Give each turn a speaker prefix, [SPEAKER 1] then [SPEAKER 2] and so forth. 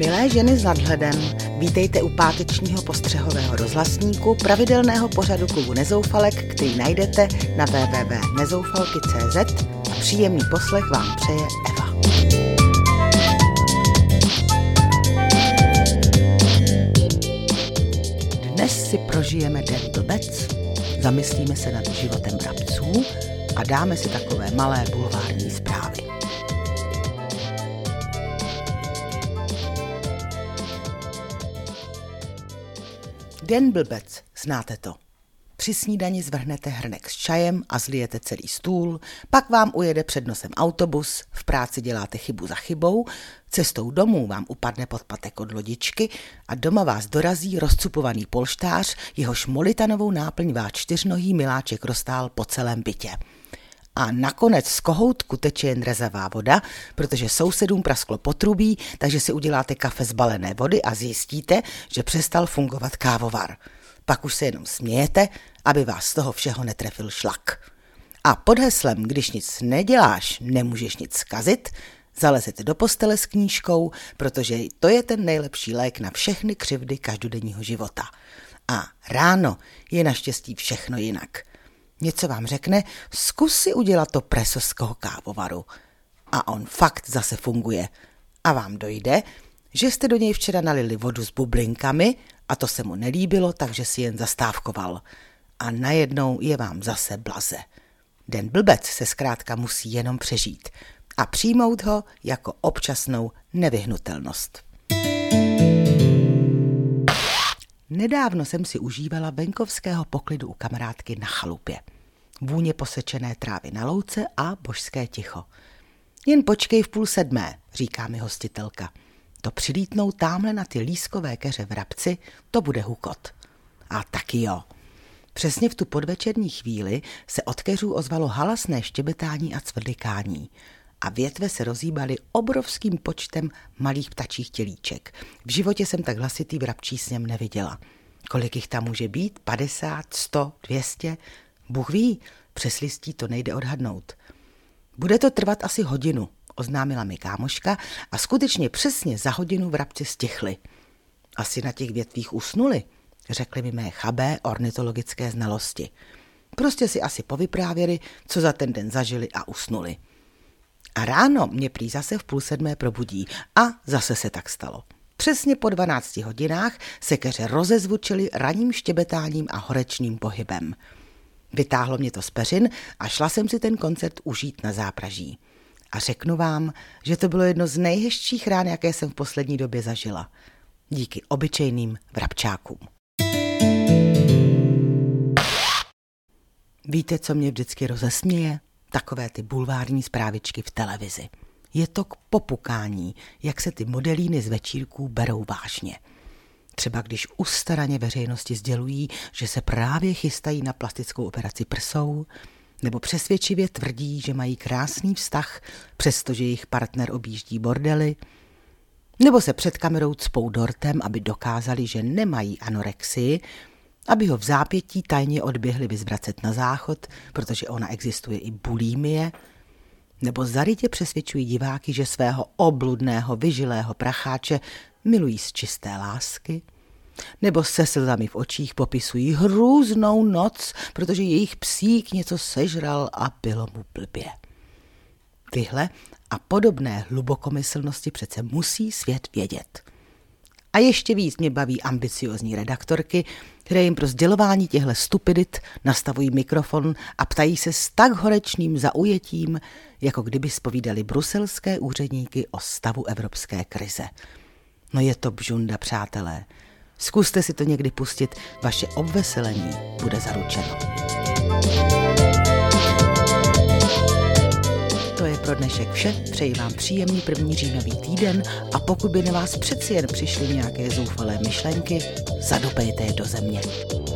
[SPEAKER 1] Milé ženy s nadhledem, vítejte u pátečního postřehového rozhlasníku pravidelného pořadu klubu Nezoufalek, který najdete na www.nezoufalky.cz a příjemný poslech vám přeje Eva. Dnes si prožijeme den blbec, zamyslíme se nad životem vrabců a dáme si takové malé bulvární zprávy. Den blbec, znáte to. Při snídani zvrhnete hrnek s čajem a zlijete celý stůl, pak vám ujede před nosem autobus, v práci děláte chybu za chybou, cestou domů vám upadne podpatek od lodičky a doma vás dorazí rozcupovaný polštář, jehož molitanovou náplň váš čtyřnohý miláček roztál po celém bytě. A nakonec z kohoutku teče jen rezavá voda, protože sousedům prasklo potrubí, takže si uděláte kafe z balené vody a zjistíte, že přestal fungovat kávovar. Pak už se jenom smějete, aby vás z toho všeho netrefil šlak. A pod heslem, když nic neděláš, nemůžeš nic zkazit, zalezete do postele s knížkou, protože to je ten nejlepší lék na všechny křivdy každodenního života. A ráno je naštěstí všechno jinak. Něco vám řekne, zkus si udělat to preso z toho kávovaru. A on fakt zase funguje. A vám dojde, že jste do něj včera nalili vodu s bublinkami a to se mu nelíbilo, takže si jen zastávkoval. A najednou je vám zase blaze. Den blbec se zkrátka musí jenom přežít a přijmout ho jako občasnou nevyhnutelnost. Nedávno jsem si užívala venkovského poklidu u kamarádky na chalupě. Vůně posečené trávy na louce a božské ticho. Jen počkej v 6:30, říká mi hostitelka. To přilítnou támhle na ty lískové keře vrabci, to bude hukot. A taky jo. Přesně v tu podvečerní chvíli se od keřů ozvalo halasné štěbetání a cvrlikání. A větve se rozhýbaly obrovským počtem malých ptačích tělíček. V životě jsem tak hlasitý vrabčí sněm neviděla. Kolik jich tam může být? 50, 100, 200? Bůh ví, přes listí to nejde odhadnout. Bude to trvat asi hodinu, oznámila mi kámoška a skutečně přesně za hodinu vrabci stichli. Asi na těch větvích usnuli, řekly mi mé chabé ornitologické znalosti. Prostě si asi povyprávěli, co za ten den zažili a usnuli. A ráno mě prý zase v 6:30 probudí a zase se tak stalo. Přesně po 12 hodinách se keře rozezvučily ranním štěbetáním a horečným pohybem. Vytáhlo mě to z peřin a šla jsem si ten koncert užít na zápraží. A řeknu vám, že to bylo jedno z nejhezčích rán, jaké jsem v poslední době zažila. Díky obyčejným vrabčákům. Víte, co mě vždycky rozesměje? Takové ty bulvární zprávičky v televizi. Je to k popukání, jak se ty modelíny z večírků berou vážně. Třeba když ustaraně veřejnosti sdělují, že se právě chystají na plastickou operaci prsou, nebo přesvědčivě tvrdí, že mají krásný vztah, přestože jejich partner objíždí bordely, nebo se před kamerou cpou dortem, aby dokázali, že nemají anorexii, aby ho v zápětí tajně odběhli vyzvracet na záchod, protože ona existuje i bulimie, nebo zarytě přesvědčují diváky, že svého obludného, vyžilého pracháče milují z čisté lásky, nebo se slzami v očích popisují hrůznou noc, protože jejich psík něco sežral a bylo mu blbě. Tyhle a podobné hlubokomyslnosti přece musí svět vědět. A ještě víc mě baví ambiciozní redaktorky, které jim pro sdělování těchto stupidit nastavují mikrofon a ptají se s tak horečným zaujetím, jako kdyby zpovídali bruselské úředníky o stavu evropské krize. No je to bžunda, přátelé. Zkuste si to někdy pustit, vaše obveselení bude zaručeno. To je pro dnešek vše, přeji vám příjemný 1. říjnový týden a pokud by na vás přeci jen přišly nějaké zoufalé myšlenky, zadupejte je do země.